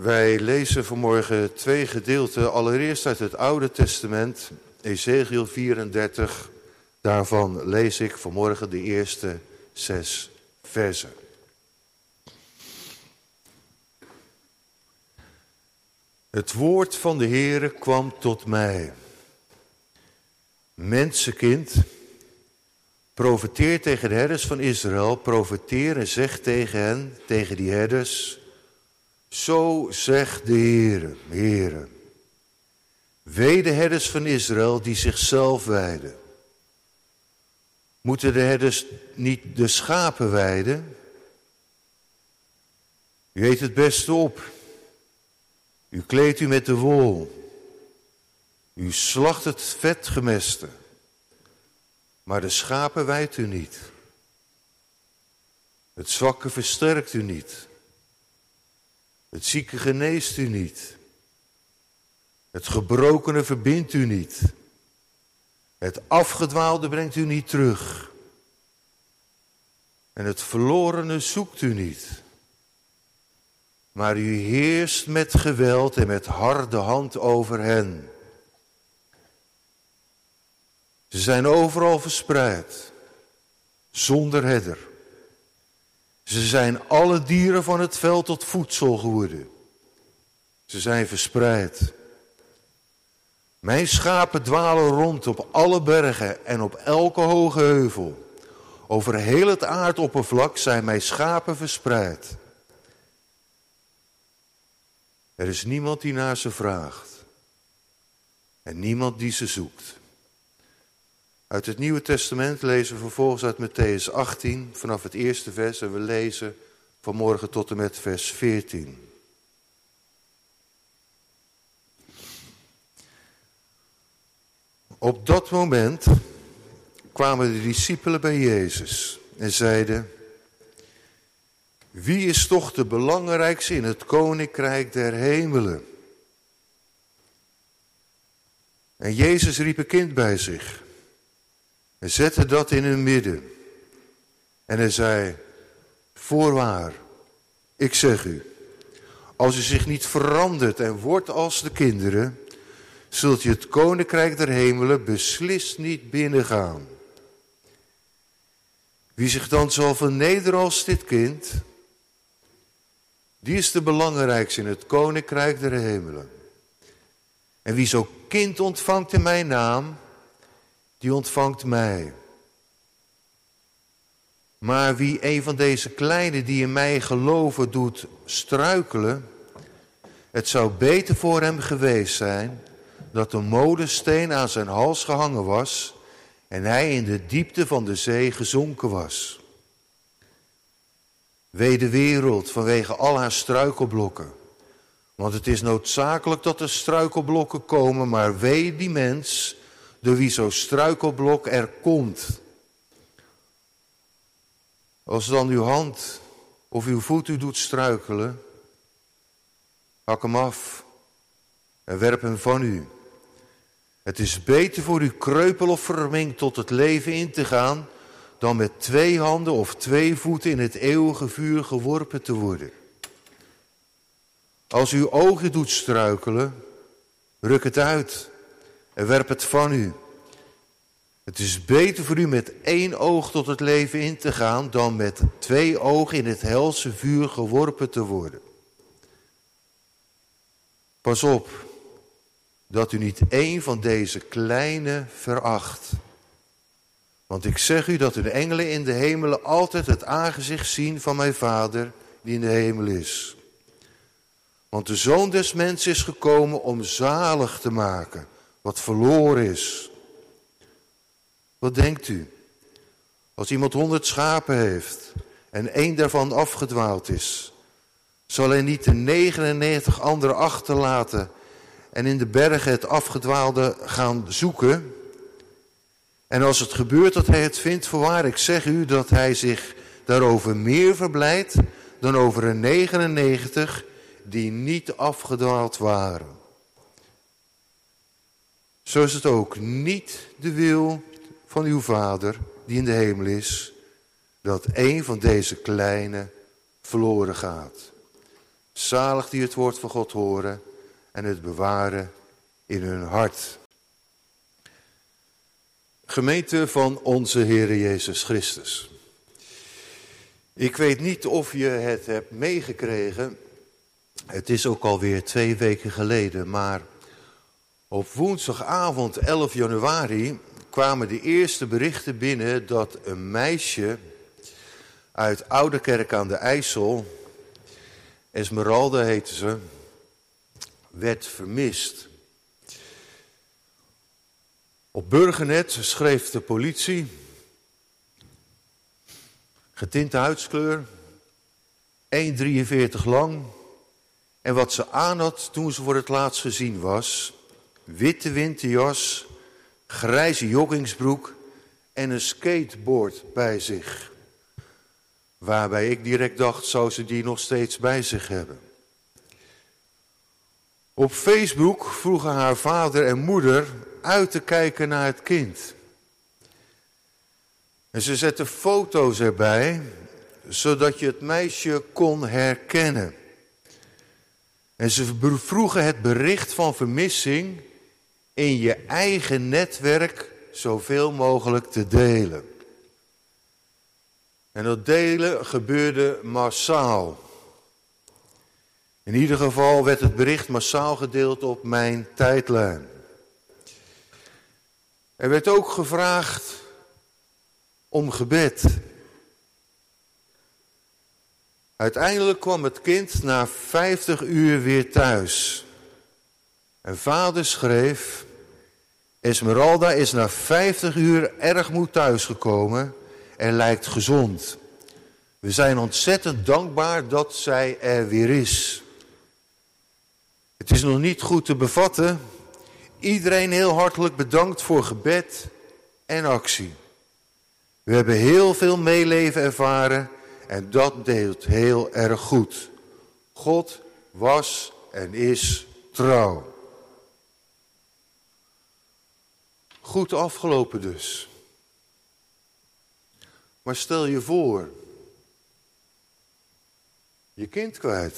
Wij lezen vanmorgen twee gedeelten. Allereerst uit het Oude Testament, Ezechiel 34. Daarvan lees ik vanmorgen de eerste 6 versen. Het woord van de Heere kwam tot mij. Mensenkind, profeteer tegen de herders van Israël. Profeteer en zeg tegen hen, tegen die herders. Zo zegt de Heere. Wee de herders van Israël die zichzelf weiden. Moeten de herders niet de schapen weiden? U eet het beste op. U kleedt u met de wol. U slacht het vetgemeste. Maar de schapen weidt u niet. Het zwakke versterkt u niet. Het zieke geneest u niet. Het gebrokene verbindt u niet. Het afgedwaalde brengt u niet terug. En het verlorene zoekt u niet. Maar u heerst met geweld en met harde hand over hen. Ze zijn overal verspreid, zonder herder. Ze zijn alle dieren van het veld tot voedsel geworden. Ze zijn verspreid. Mijn schapen dwalen rond op alle bergen en op elke hoge heuvel. Over heel het aardoppervlak zijn mijn schapen verspreid. Er is niemand die naar ze vraagt. En niemand die ze zoekt. Uit het Nieuwe Testament lezen we vervolgens uit Mattheüs 18 vanaf het eerste vers. En we lezen vanmorgen tot en met vers 14. Op dat moment kwamen de discipelen bij Jezus en zeiden: wie is toch de belangrijkste in het koninkrijk der hemelen? En Jezus riep een kind bij zich en zette dat in hun midden. En hij zei: voorwaar, ik zeg u, als u zich niet verandert en wordt als de kinderen, zult je het koninkrijk der hemelen beslist niet binnengaan. Wie zich dan zal vernederen als dit kind, die is de belangrijkste in het koninkrijk der hemelen. En wie zo'n kind ontvangt in mijn naam, die ontvangt mij. Maar wie een van deze kleinen die in mij geloven doet struikelen, het zou beter voor hem geweest zijn dat een molensteen aan zijn hals gehangen was en hij in de diepte van de zee gezonken was. Wee de wereld vanwege al haar struikelblokken. Want het is noodzakelijk dat er struikelblokken komen, maar wee die mens door wie zo'n struikelblok er komt. Als dan uw hand of uw voet u doet struikelen, hak hem af en werp hem van u. Het is beter voor u kreupel of verminkt tot het leven in te gaan, dan met 2 handen of 2 voeten in het eeuwige vuur geworpen te worden. Als uw oog u doet struikelen, ruk het uit en werp het van u. Het is beter voor u met 1 oog tot het leven in te gaan, dan met 2 ogen in het helse vuur geworpen te worden. Pas op, dat u niet 1 van deze kleine veracht. Want ik zeg u dat de engelen in de hemelen altijd het aangezicht zien van mijn Vader die in de hemel is. Want de Zoon des Mensen is gekomen om zalig te maken wat verloren is. Wat denkt u? Als iemand 100 schapen heeft en 1 daarvan afgedwaald is, zal hij niet de 99 andere achterlaten en in de bergen het afgedwaalde gaan zoeken? En als het gebeurt dat hij het vindt, voorwaar, ik zeg u dat hij zich daarover meer verblijdt dan over de 99 die niet afgedwaald waren. Zo is het ook niet de wil van uw Vader die in de hemel is, dat 1 van deze kleine verloren gaat. Zalig die het woord van God horen en het bewaren in hun hart. Gemeente van onze Heere Jezus Christus. Ik weet niet of je het hebt meegekregen. Het is ook alweer 2 weken geleden, maar op woensdagavond 11 januari kwamen de eerste berichten binnen dat een meisje uit Ouderkerk aan de IJssel, Esmeralda heette ze, werd vermist. Op Burgernet schreef de politie, getinte huidskleur, 1,43 lang. En wat ze aan had toen ze voor het laatst gezien was, witte winterjas, grijze joggingsbroek en een skateboard bij zich. Waarbij ik direct dacht, zou ze die nog steeds bij zich hebben. Op Facebook vroegen haar vader en moeder uit te kijken naar het kind. En ze zetten foto's erbij, zodat je het meisje kon herkennen. En ze vroegen het bericht van vermissing in je eigen netwerk zoveel mogelijk te delen. En dat delen gebeurde massaal. In ieder geval werd het bericht massaal gedeeld op mijn tijdlijn. Er werd ook gevraagd om gebed. Uiteindelijk kwam het kind na 50 uur weer thuis. En vader schreef, Esmeralda is na 50 uur erg moe thuisgekomen en lijkt gezond. We zijn ontzettend dankbaar dat zij er weer is. Het is nog niet goed te bevatten. Iedereen heel hartelijk bedankt voor gebed en actie. We hebben heel veel meeleven ervaren en dat deelt heel erg goed. God was en is trouw. Goed afgelopen dus. Maar stel je voor, je kind kwijt.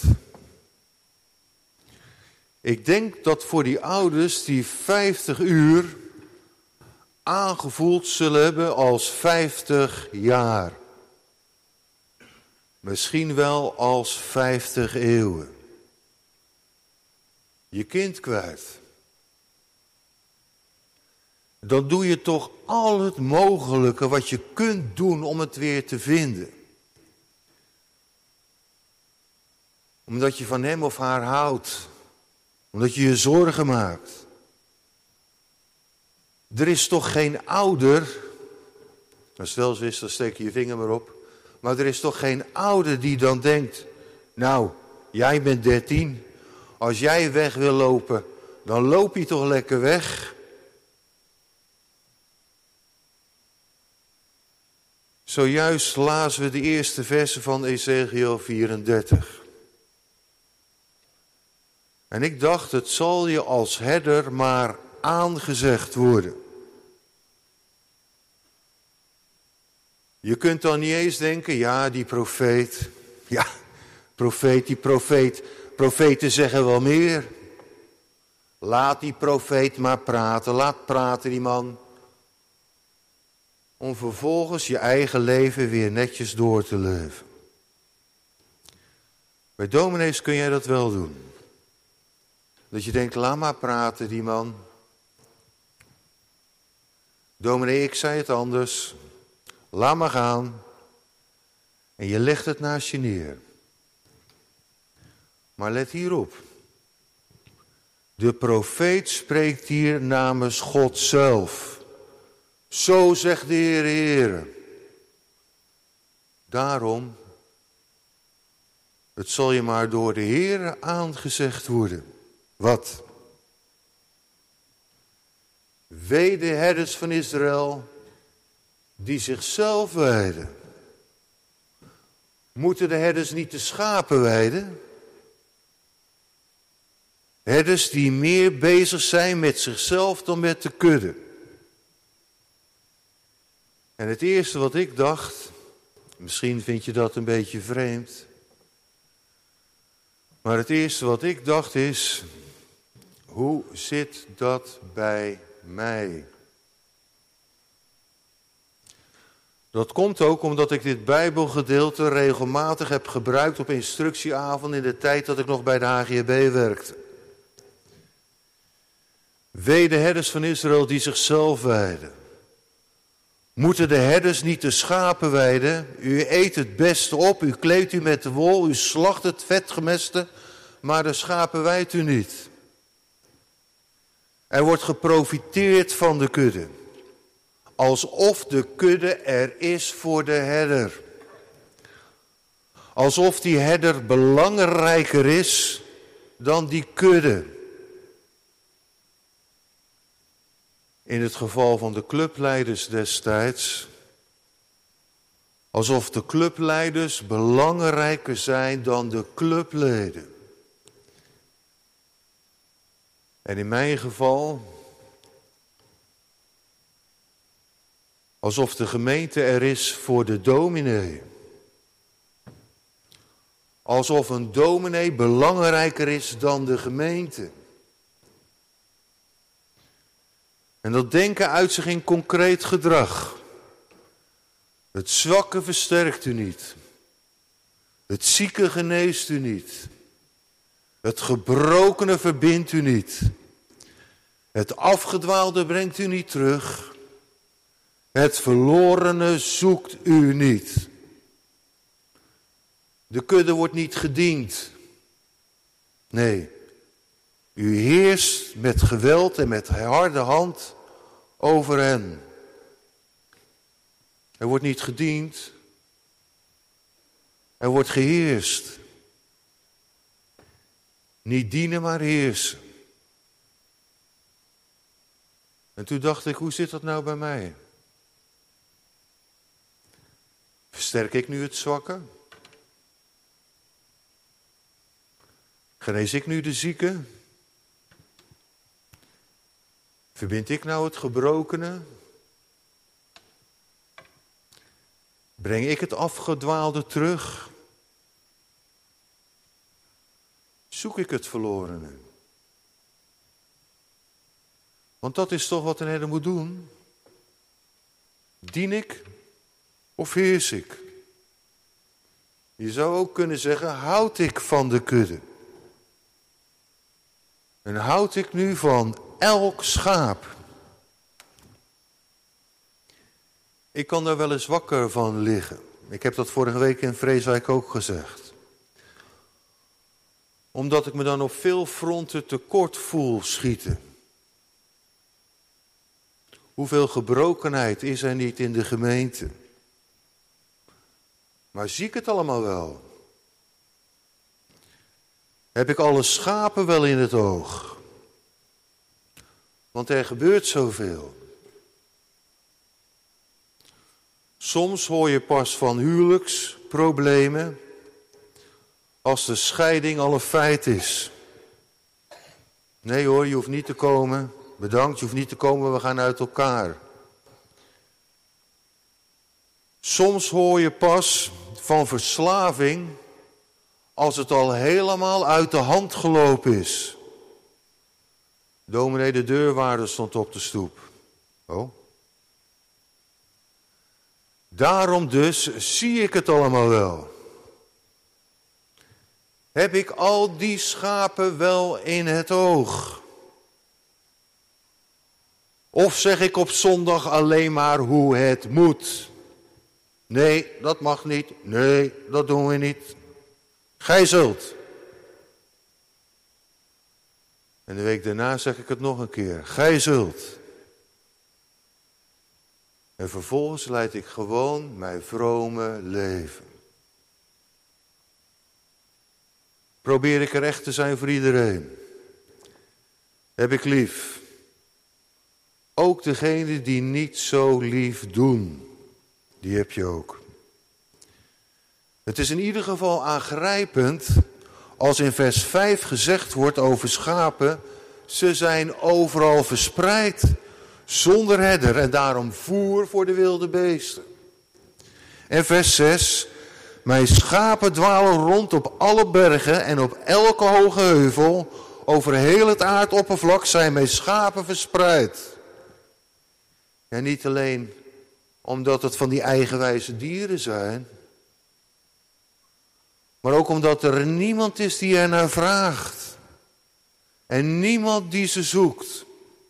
Ik denk dat voor die ouders die 50 uur aangevoeld zullen hebben als 50 jaar. Misschien wel als 50 eeuwen. Je kind kwijt. Dan doe je toch al het mogelijke wat je kunt doen om het weer te vinden. Omdat je van hem of haar houdt. Omdat je je zorgen maakt. Er is toch geen ouder, als het wel zo is, dan steek je je vinger maar op. Maar er is toch geen ouder die dan denkt, nou, jij bent 13. Als jij weg wil lopen, dan loop je toch lekker weg. Zojuist lazen we de eerste versen van Ezekiel 34. En ik dacht, het zal je als herder maar aangezegd worden. Je kunt dan niet eens denken, ja, die profeet. Ja, die profeet. Profeten zeggen wel meer. Laat die profeet maar praten. Laat praten die man. Om vervolgens je eigen leven weer netjes door te leven. Bij dominees kun jij dat wel doen. Dat je denkt, laat maar praten die man. Dominee, ik zei het anders. Laat maar gaan. En je legt het naast je neer. Maar let hierop. De profeet spreekt hier namens God zelf. Zo zegt de Heere. Daarom, het zal je maar door de Heere aangezegd worden. Wat? Wee de herders van Israël die zichzelf weiden. Moeten de herders niet de schapen weiden? Herders die meer bezig zijn met zichzelf dan met de kudde. En het eerste wat ik dacht, misschien vind je dat een beetje vreemd. Maar het eerste wat ik dacht is, hoe zit dat bij mij? Dat komt ook omdat ik dit Bijbelgedeelte regelmatig heb gebruikt op instructieavond in de tijd dat ik nog bij de HGB werkte. Wee de herders van Israël die zichzelf weiden. Moeten de herders niet de schapen weiden? U eet het beste op, u kleedt u met de wol, u slacht het vetgemeste, maar de schapen wijdt u niet. Er wordt geprofiteerd van de kudde. Alsof de kudde er is voor de herder. Alsof die herder belangrijker is dan die kudde. In het geval van de clubleiders destijds, alsof de clubleiders belangrijker zijn dan de clubleden. En in mijn geval, alsof de gemeente er is voor de dominee. Alsof een dominee belangrijker is dan de gemeente. En dat denken uit zich in concreet gedrag. Het zwakke versterkt u niet. Het zieke geneest u niet. Het gebrokene verbindt u niet. Het afgedwaalde brengt u niet terug. Het verlorene zoekt u niet. De kudde wordt niet gediend. Nee, u heerst met geweld en met harde hand over hen. Er wordt niet gediend. Er wordt geheerst. Niet dienen, maar heersen. En toen dacht ik, hoe zit dat nou bij mij? Versterk ik nu het zwakke? Genees ik nu de zieke? Verbind ik nou het gebrokene? Breng ik het afgedwaalde terug? Zoek ik het verlorene? Want dat is toch wat een herder moet doen? Dien ik of heers ik? Je zou ook kunnen zeggen, houd ik van de kudde? En houd ik nu van elk schaap? Ik kan daar wel eens wakker van liggen. Ik heb dat vorige week in Vreeswijk ook gezegd. Omdat ik me dan op veel fronten tekort voel schieten. Hoeveel gebrokenheid is er niet in de gemeente? Maar zie ik het allemaal wel? Heb ik alle schapen wel in het oog? Want er gebeurt zoveel. Soms hoor je pas van huwelijksproblemen als de scheiding al een feit is. Nee hoor, je hoeft niet te komen. Bedankt, je hoeft niet te komen, we gaan uit elkaar. Soms hoor je pas van verslaving als het al helemaal uit de hand gelopen is. Dominee de deurwaarder stond op de stoep. Oh. Daarom dus zie ik het allemaal wel. Heb ik al die schapen wel in het oog? Of zeg ik op zondag alleen maar hoe het moet? Nee, dat mag niet. Nee, dat doen we niet. Gij zult. En de week daarna zeg ik het nog een keer. Gij zult. En vervolgens leid ik gewoon mijn vrome leven. Probeer ik er echt te zijn voor iedereen. Heb ik lief. Ook degenen die niet zo lief doen. Die heb je ook. Het is in ieder geval aangrijpend als in vers 5 gezegd wordt over schapen. Ze zijn overal verspreid, zonder herder en daarom voer voor de wilde beesten. En vers 6. Mijn schapen dwalen rond op alle bergen en op elke hoge heuvel. Over heel het aardoppervlak zijn mijn schapen verspreid. En niet alleen omdat het van die eigenwijze dieren zijn, maar ook omdat er niemand is die er naar vraagt. En niemand die ze zoekt.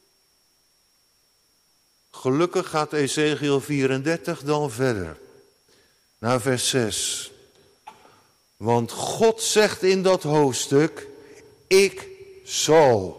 Gelukkig gaat Ezekiel 34 dan verder. Naar vers 6. Want God zegt in dat hoofdstuk, ik zal.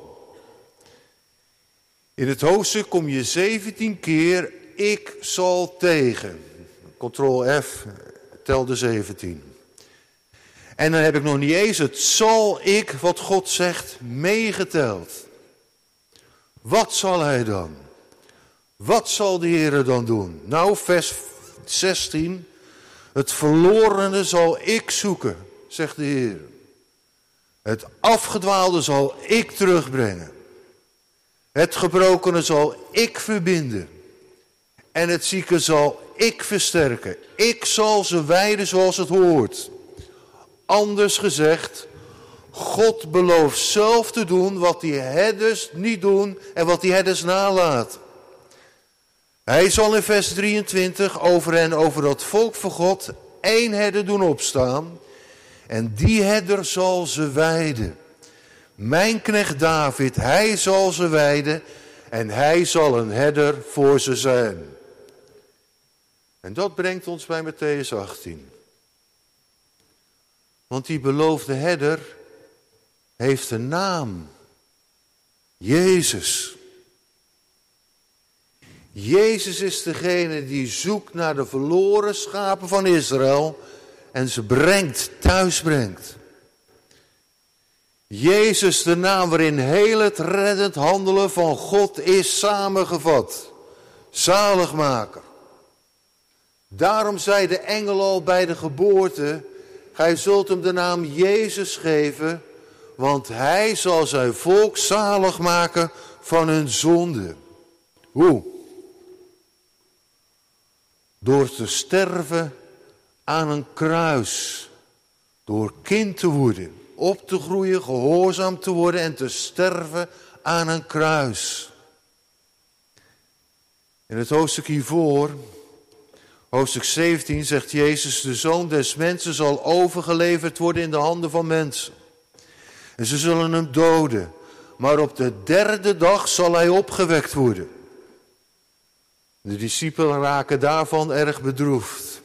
In het hoofdstuk kom je 17 keer, ik zal tegen. Ctrl F, telde 17. En dan heb ik nog niet eens het zal ik, wat God zegt, meegeteld. Wat zal hij dan? Wat zal de Heer dan doen? Nou, vers 16. Het verlorene zal ik zoeken, zegt de Heer. Het afgedwaalde zal ik terugbrengen. Het gebrokene zal ik verbinden. En het zieke zal ik versterken. Ik zal ze wijden zoals het hoort. Anders gezegd, God belooft zelf te doen wat die herders niet doen en wat die herders nalaten. Hij zal in vers 23 over hen, over dat volk van God, 1 herder doen opstaan. En die herder zal ze wijden. Mijn knecht David, hij zal ze wijden. En hij zal een herder voor ze zijn. En dat brengt ons bij Mattheüs 18. Want die beloofde herder heeft een naam. Jezus. Jezus is degene die zoekt naar de verloren schapen van Israël en ze brengt, thuis brengt. Jezus, de naam waarin heel het reddend handelen van God is samengevat. Zaligmaker. Daarom zei de engel al bij de geboorte, gij zult hem de naam Jezus geven, want hij zal zijn volk zalig maken van hun zonde. Hoe? Door te sterven aan een kruis. Door kind te worden, op te groeien, gehoorzaam te worden en te sterven aan een kruis. In het hoofdstuk hiervoor, hoofdstuk 17, zegt Jezus, de Zoon des Mensen zal overgeleverd worden in de handen van mensen. En ze zullen hem doden, maar op de 3e dag zal hij opgewekt worden. De discipelen raken daarvan erg bedroefd.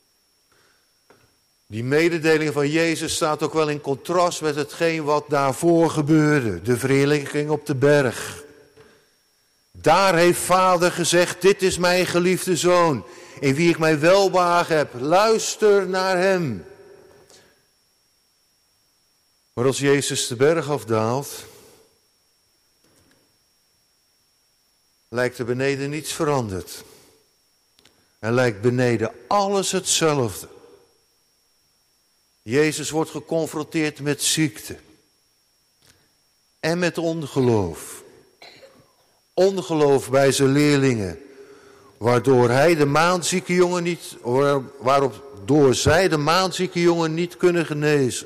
Die mededeling van Jezus staat ook wel in contrast met hetgeen wat daarvoor gebeurde. De verheerlijking op de berg. Daar heeft Vader gezegd, dit is mijn geliefde Zoon, in wie ik mijn welbehagen heb. Luister naar hem. Maar als Jezus de berg afdaalt, lijkt er beneden niets veranderd. En lijkt beneden alles hetzelfde. Jezus wordt geconfronteerd met ziekte. En met ongeloof. Ongeloof bij zijn leerlingen. Waardoor zij de maanzieke jongen niet kunnen genezen.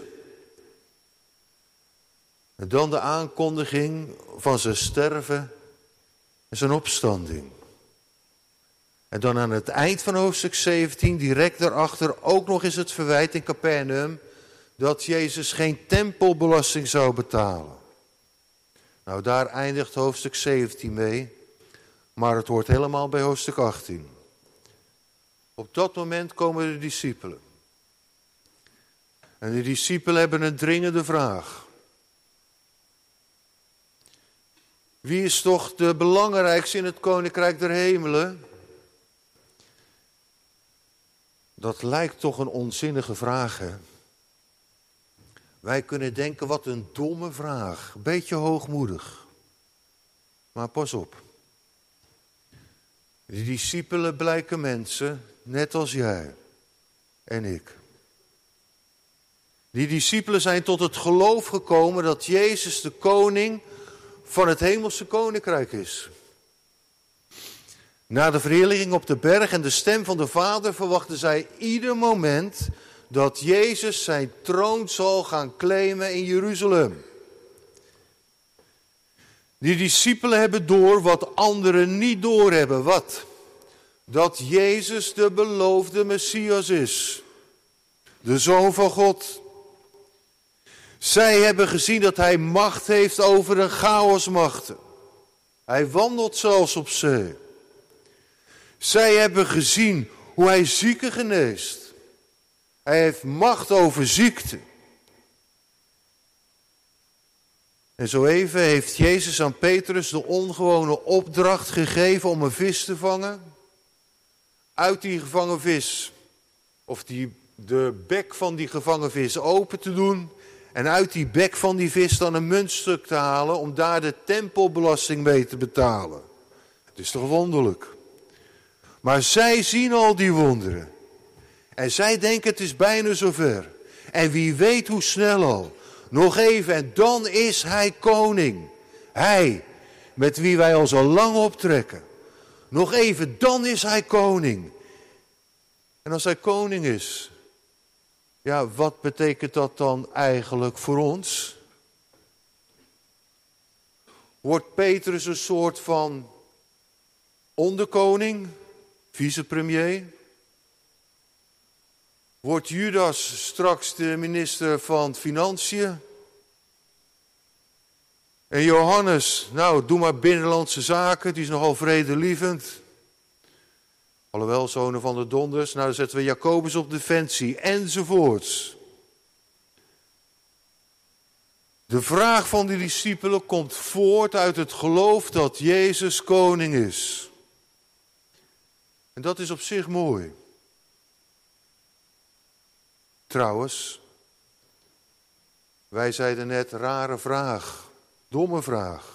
En dan de aankondiging van zijn sterven en zijn opstanding. En dan aan het eind van hoofdstuk 17, direct daarachter, ook nog eens het verwijt in Capernaum, dat Jezus geen tempelbelasting zou betalen. Nou, daar eindigt hoofdstuk 17 mee, maar het hoort helemaal bij hoofdstuk 18. Op dat moment komen de discipelen. En de discipelen hebben een dringende vraag. Wie is toch de belangrijkste in het koninkrijk der hemelen? Dat lijkt toch een onzinnige vraag, hè? Wij kunnen denken, wat een domme vraag. Een beetje hoogmoedig. Maar pas op. De discipelen blijken mensen, net als jij en ik. Die discipelen zijn tot het geloof gekomen dat Jezus de koning van het hemelse koninkrijk is. Na de verheerlijking op de berg en de stem van de Vader verwachten zij ieder moment dat Jezus zijn troon zal gaan claimen in Jeruzalem. Die discipelen hebben door wat anderen niet doorhebben. Wat? Dat Jezus de beloofde Messias is. De Zoon van God. Zij hebben gezien dat hij macht heeft over de chaosmachten. Hij wandelt zelfs op zee. Zij hebben gezien hoe hij zieken geneest. Hij heeft macht over ziekte. En zo even heeft Jezus aan Petrus de ongewone opdracht gegeven om een vis te vangen. Uit die gevangen vis, of de bek van die gevangen vis open te doen. En uit die bek van die vis dan een muntstuk te halen om daar de tempelbelasting mee te betalen. Het is toch wonderlijk. Maar zij zien al die wonderen. En zij denken het is bijna zover. En wie weet hoe snel al. Nog even en dan is hij koning. Hij, met wie wij ons al lang optrekken. Nog even, dan is hij koning. En als hij koning is, ja, wat betekent dat dan eigenlijk voor ons? Wordt Petrus een soort van onderkoning, vicepremier? Wordt Judas straks de minister van Financiën? En Johannes, nou, doe maar binnenlandse zaken, die is nogal vredelievend. Alhoewel, zonen van de donders, nou dan zetten we Jacobus op defensie, enzovoorts. De vraag van de discipelen komt voort uit het geloof dat Jezus koning is. En dat is op zich mooi. Trouwens, wij zeiden net, rare vraag, domme vraag.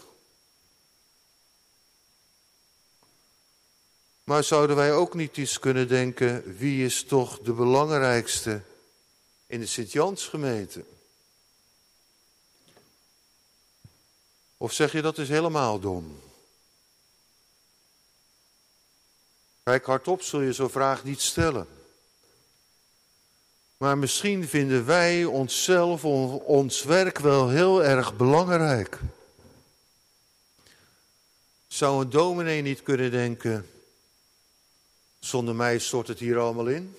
Maar zouden wij ook niet eens kunnen denken, wie is toch de belangrijkste in de Sint-Jansgemeente? Of zeg je dat is helemaal dom? Kijk, hardop zul je zo'n vraag niet stellen. Maar misschien vinden wij onszelf, ons werk wel heel erg belangrijk. Zou een dominee niet kunnen denken, zonder mij stort het hier allemaal in?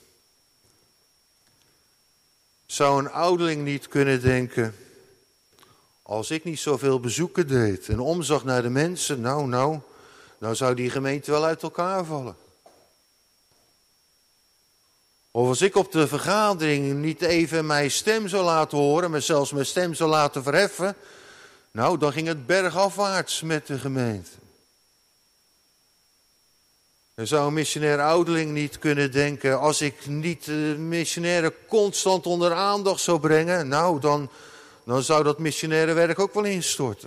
Zou een ouderling niet kunnen denken, als ik niet zoveel bezoeken deed en omzag naar de mensen, nou zou die gemeente wel uit elkaar vallen. Of als ik op de vergadering niet even mijn stem zou laten horen, maar zelfs mijn stem zou laten verheffen, nou dan ging het bergafwaarts met de gemeente. En zou een missionair ouderling niet kunnen denken, als ik niet de missionairen constant onder aandacht zou brengen, nou dan zou dat missionaire werk ook wel instorten.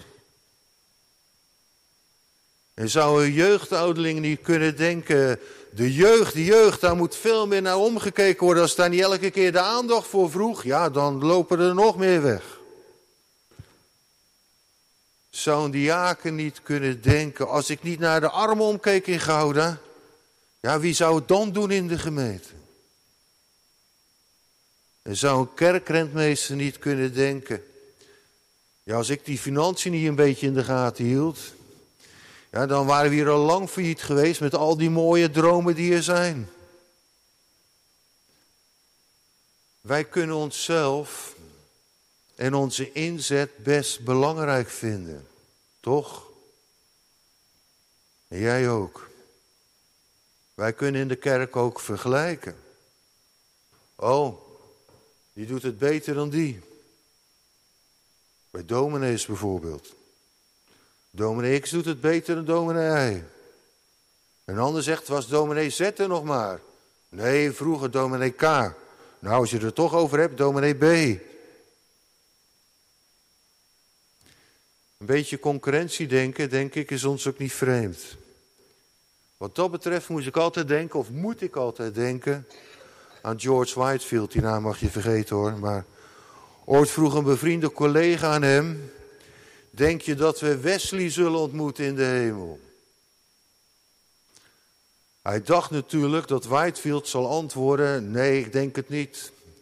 En zou een jeugdouderling niet kunnen denken, de jeugd, daar moet veel meer naar omgekeken worden. Als daar niet elke keer de aandacht voor vroeg, ja, dan lopen er nog meer weg. Zou een diaken niet kunnen denken, als ik niet naar de armen omkeek in Gouda, ja, wie zou het dan doen in de gemeente? En zou een kerkrentmeester niet kunnen denken, ja, als ik die financiën niet een beetje in de gaten hield, ja, dan waren we hier al lang failliet geweest met al die mooie dromen die er zijn. Wij kunnen onszelf en onze inzet best belangrijk vinden, toch? En jij ook. Wij kunnen in de kerk ook vergelijken. Oh, die doet het beter dan die. Bij dominees bijvoorbeeld. Dominee X doet het beter dan dominee Y. Een ander zegt, was dominee Z er nog maar? Nee, vroeger dominee K. Nou, als je er toch over hebt, dominee B. Een beetje concurrentiedenken, denk ik, is ons ook niet vreemd. Wat dat betreft moet ik altijd denken aan George Whitefield. Die naam mag je vergeten hoor, maar ooit vroeg een bevriende collega aan hem, denk je dat we Wesley zullen ontmoeten in de hemel? Hij dacht natuurlijk dat Whitefield zal antwoorden, nee, ik denk het niet.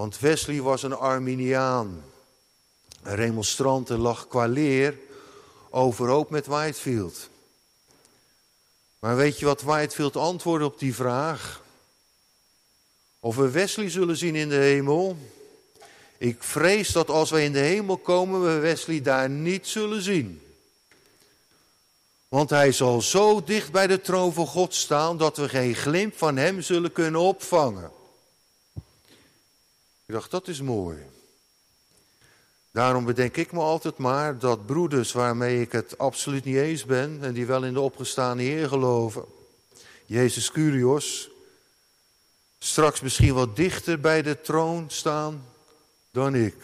Want Wesley was een Arminiaan. Een remonstrant en lag qua leer overhoop met Whitefield. Maar weet je wat Whitefield antwoordde op die vraag? Of we Wesley zullen zien in de hemel? Ik vrees dat als wij in de hemel komen, we Wesley daar niet zullen zien. Want hij zal zo dicht bij de troon van God staan dat we geen glimp van hem zullen kunnen opvangen. Ik dacht, dat is mooi. Daarom bedenk ik me altijd maar dat broeders waarmee ik het absoluut niet eens ben en die wel in de opgestane Heer geloven, Jezus Kyrios, straks misschien wat dichter bij de troon staan dan ik.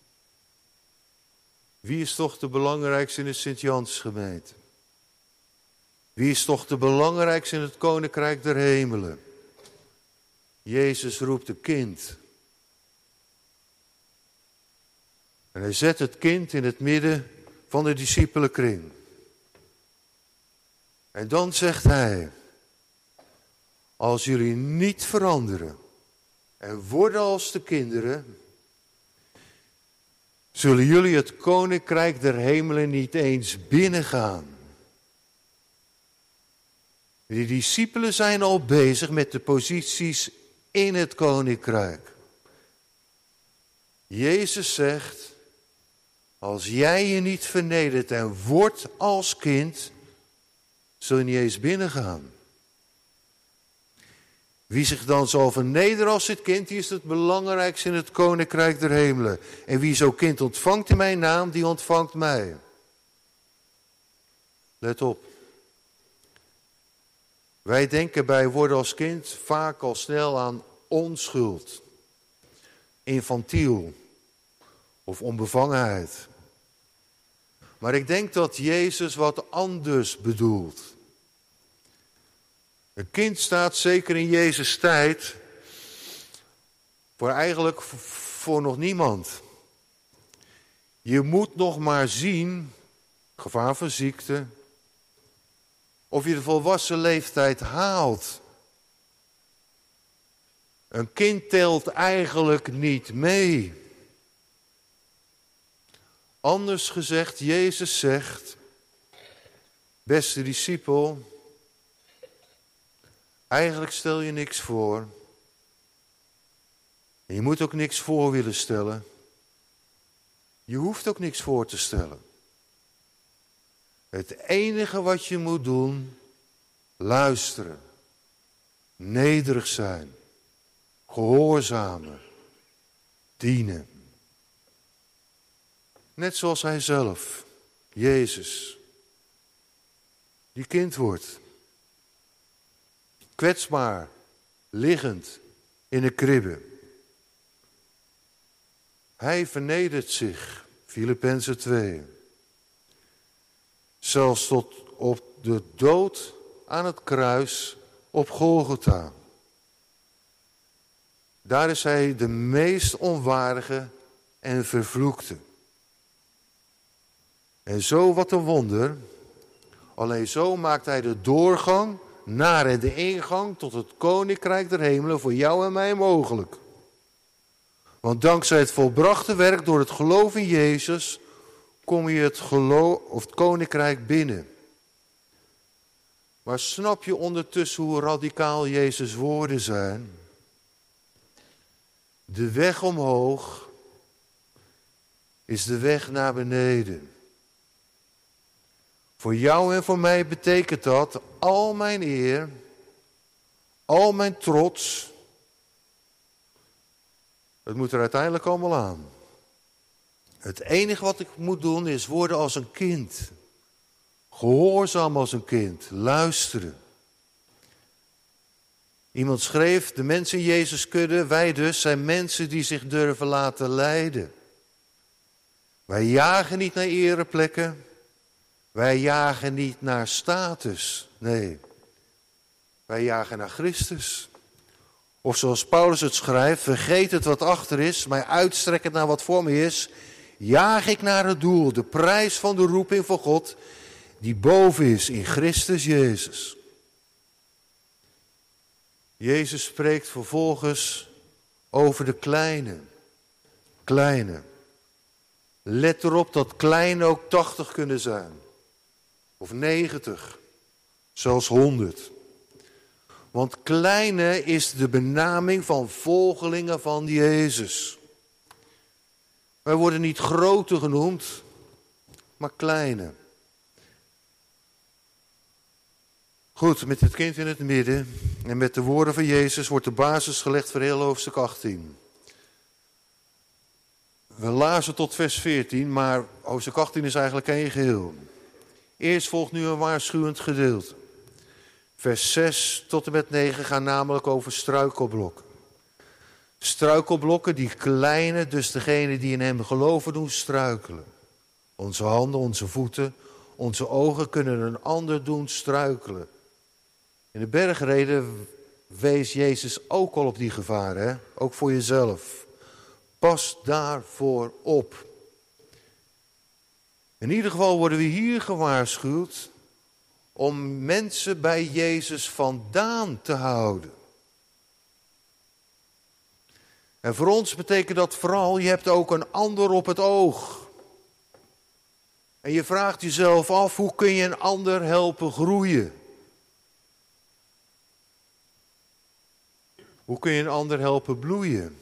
Wie is toch de belangrijkste in de Sint-Jansgemeente? Wie is toch de belangrijkste in het Koninkrijk der Hemelen? Jezus roept een kind. En hij zet het kind in het midden van de discipelenkring. En dan zegt hij, als jullie niet veranderen en worden als de kinderen, zullen jullie het Koninkrijk der Hemelen niet eens binnengaan. Die discipelen zijn al bezig met de posities in het Koninkrijk. Jezus zegt, als jij je niet vernedert en wordt als kind, zul je niet eens binnengaan. Wie zich dan zal vernederen als het kind, die is het belangrijkste in het Koninkrijk der Hemelen. En wie zo'n kind ontvangt in mijn naam, die ontvangt mij. Let op. Wij denken bij worden als kind vaak al snel aan onschuld, infantiel of onbevangenheid. Maar ik denk dat Jezus wat anders bedoelt. Een kind staat zeker in Jezus' tijd voor nog niemand. Je moet nog maar zien, gevaar van ziekte, of je de volwassen leeftijd haalt. Een kind telt eigenlijk niet mee. Anders gezegd, Jezus zegt, beste discipel, eigenlijk stel je niks voor. En je moet ook niks voor willen stellen. Je hoeft ook niks voor te stellen. Het enige wat je moet doen, luisteren, nederig zijn, gehoorzamen, dienen. Net zoals hij zelf, Jezus, die kind wordt. Kwetsbaar, liggend in een kribbe. Hij vernedert zich, Filippenzen 2. Zelfs tot op de dood aan het kruis op Golgotha. Daar is hij de meest onwaardige en vervloekte. En zo, wat een wonder, alleen zo maakt hij de doorgang naar en de ingang tot het Koninkrijk der Hemelen voor jou en mij mogelijk. Want dankzij het volbrachte werk door het geloof in Jezus kom je het Koninkrijk binnen. Maar snap je ondertussen hoe radicaal Jezus' woorden zijn? De weg omhoog is de weg naar beneden. Voor jou en voor mij betekent dat al mijn eer, al mijn trots. Het moet er uiteindelijk allemaal aan. Het enige wat ik moet doen is worden als een kind. Gehoorzaam als een kind. Luisteren. Iemand schreef, de mensen in Jezus' kudde, wij dus, zijn mensen die zich durven laten leiden. Wij jagen niet naar ereplekken. Wij jagen niet naar status. Nee, wij jagen naar Christus. Of zoals Paulus het schrijft, vergeet het wat achter is, mij uitstrekkend naar wat voor me is, jaag ik naar het doel, de prijs van de roeping van God, die boven is in Christus Jezus. Jezus spreekt vervolgens over de kleine. Kleine. Let erop dat kleine ook 80 kunnen zijn. Of 90. Zelfs 100. Want kleine is de benaming van volgelingen van Jezus. Wij worden niet grote genoemd, maar kleine. Goed, met het kind in het midden en met de woorden van Jezus wordt de basis gelegd voor heel hoofdstuk 18. We lazen tot vers 14, maar hoofdstuk 18 is eigenlijk één geheel. Eerst volgt nu een waarschuwend gedeelte. Vers 6 tot en met 9 gaan namelijk over struikelblokken. Struikelblokken die kleine, dus degene die in hem geloven, doen struikelen. Onze handen, onze voeten, onze ogen kunnen een ander doen struikelen. In de bergreden wees Jezus ook al op die gevaren, hè? Ook voor jezelf. Pas daarvoor op. In ieder geval worden we hier gewaarschuwd om mensen bij Jezus vandaan te houden. En voor ons betekent dat vooral, je hebt ook een ander op het oog. En je vraagt jezelf af, hoe kun je een ander helpen groeien? Hoe kun je een ander helpen bloeien?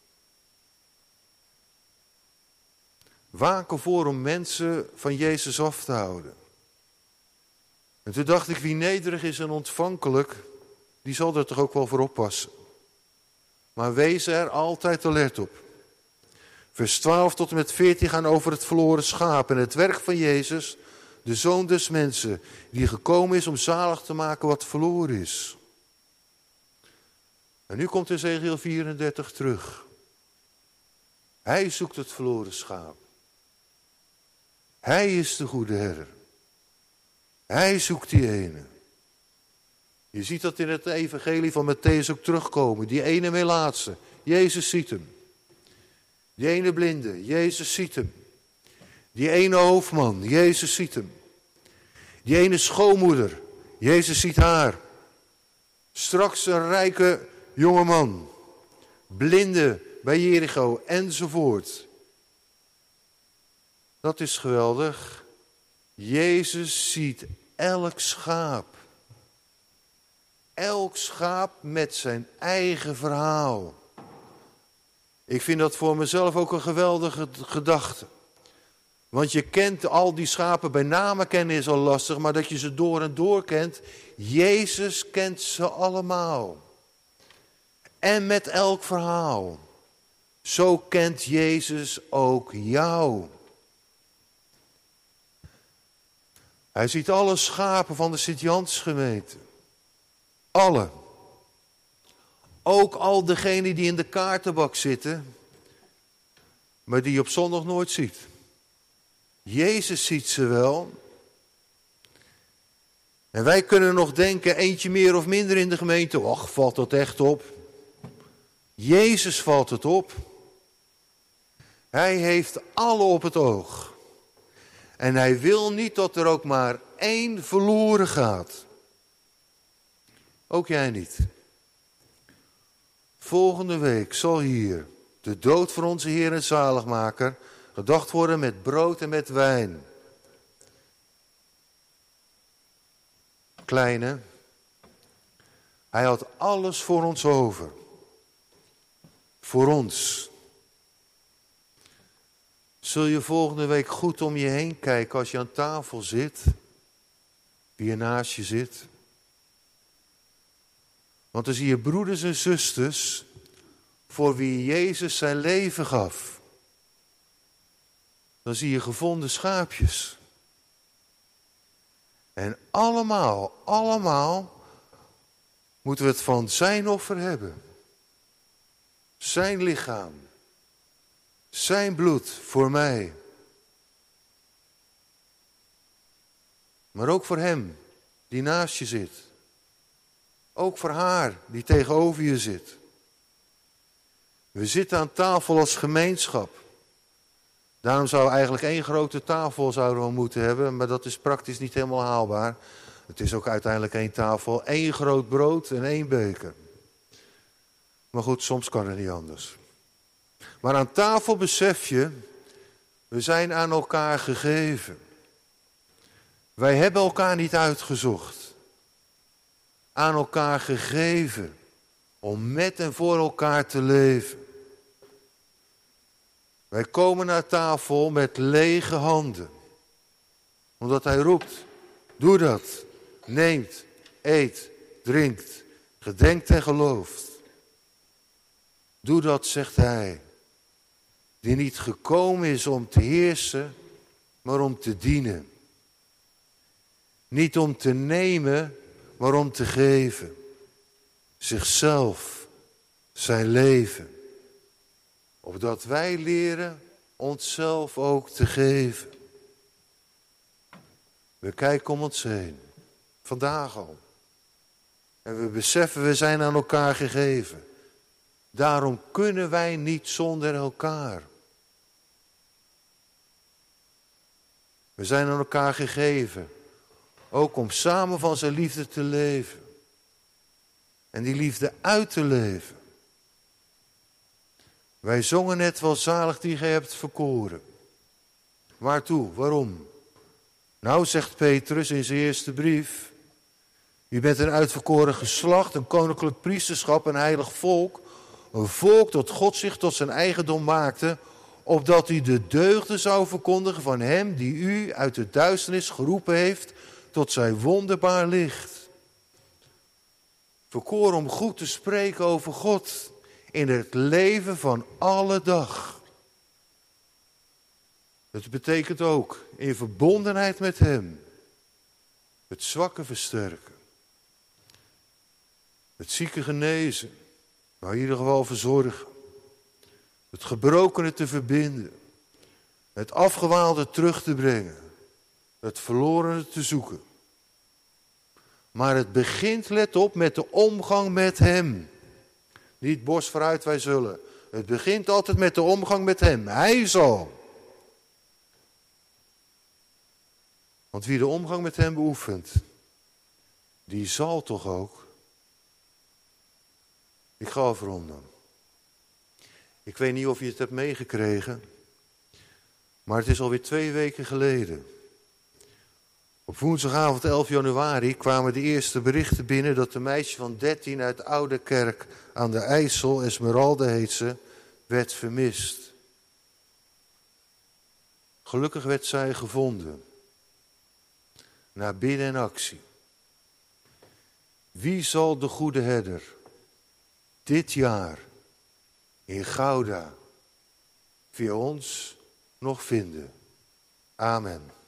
Waken voor om mensen van Jezus af te houden. En toen dacht ik, wie nederig is en ontvankelijk, die zal er toch ook wel voor oppassen. Maar wees er altijd alert op. Vers 12 tot en met 14 gaan over het verloren schaap en het werk van Jezus, de Zoon des mensen, die gekomen is om zalig te maken wat verloren is. En nu komt Ezechiel 34 terug. Hij zoekt het verloren schaap. Hij is de goede herder. Hij zoekt die ene. Je ziet dat in het evangelie van Mattheüs ook terugkomen. Die ene melaatse, Jezus ziet hem. Die ene blinde, Jezus ziet hem. Die ene hoofdman, Jezus ziet hem. Die ene schoonmoeder, Jezus ziet haar. Straks een rijke jongeman, blinde bij Jericho enzovoort. Dat is geweldig. Jezus ziet elk schaap. Elk schaap met zijn eigen verhaal. Ik vind dat voor mezelf ook een geweldige gedachte. Want je kent al die schapen bij namen kennen is al lastig, maar dat je ze door en door kent. Jezus kent ze allemaal. En met elk verhaal. Zo kent Jezus ook jou. Hij ziet alle schapen van de Sint-Jansgemeente. Alle. Ook al degenen die in de kaartenbak zitten, maar die je op zondag nooit ziet. Jezus ziet ze wel. En wij kunnen nog denken, eentje meer of minder in de gemeente. Och, valt dat echt op? Jezus valt het op. Hij heeft alle op het oog. En hij wil niet dat er ook maar één verloren gaat. Ook jij niet. Volgende week zal hier de dood van onze Heer en Zaligmaker gedacht worden met brood en met wijn. Kleine, hij had alles voor ons over. Voor ons. Zul je volgende week goed om je heen kijken als je aan tafel zit, wie er naast je zit? Want dan zie je broeders en zusters voor wie Jezus zijn leven gaf. Dan zie je gevonden schaapjes. En allemaal moeten we het van zijn offer hebben. Zijn lichaam. Zijn bloed voor mij. Maar ook voor hem die naast je zit. Ook voor haar die tegenover je zit. We zitten aan tafel als gemeenschap. Daarom zou eigenlijk één grote tafel zouden we moeten hebben, maar dat is praktisch niet helemaal haalbaar. Het is ook uiteindelijk één tafel, één groot brood en één beker. Maar goed, soms kan het niet anders. Maar aan tafel besef je, we zijn aan elkaar gegeven. Wij hebben elkaar niet uitgezocht. Aan elkaar gegeven om met en voor elkaar te leven. Wij komen naar tafel met lege handen. Omdat hij roept, doe dat, neemt, eet, drinkt, gedenkt en gelooft. Doe dat, zegt hij, die niet gekomen is om te heersen, maar om te dienen. Niet om te nemen, maar om te geven. Zichzelf, zijn leven. Opdat wij leren onszelf ook te geven. We kijken om ons heen, vandaag al. En we beseffen, we zijn aan elkaar gegeven. Daarom kunnen wij niet zonder elkaar. We zijn aan elkaar gegeven. Ook om samen van zijn liefde te leven. En die liefde uit te leven. Wij zongen net wel zalig die gij hebt verkoren. Waartoe? Waarom? Nou, zegt Petrus in zijn eerste brief. U bent een uitverkoren geslacht, een koninklijk priesterschap, een heilig volk. Een volk dat God zich tot zijn eigendom maakte, opdat u de deugden zou verkondigen van hem die u uit de duisternis geroepen heeft tot zijn wonderbaar licht. Verkoren om goed te spreken over God in het leven van alle dag. Het betekent ook in verbondenheid met hem het zwakke versterken, het zieke genezen, maar in ieder geval verzorgen, het gebrokene te verbinden, het afgewaalde terug te brengen, het verlorene te zoeken. Maar het begint, let op, met de omgang met hem. Niet borst vooruit wij zullen. Het begint altijd met de omgang met hem. Hij zal. Want wie de omgang met hem beoefent, die zal toch ook. Ik ga afronden. Ik weet niet of je het hebt meegekregen, maar het is alweer 2 weken geleden. Op woensdagavond 11 januari kwamen de eerste berichten binnen dat een meisje van 13 uit Oudekerk aan de IJssel, Esmeralda heet ze, werd vermist. Gelukkig werd zij gevonden. Na bidden en actie. Wie zal de goede herder dit jaar in Gouda via ons nog vinden? Amen.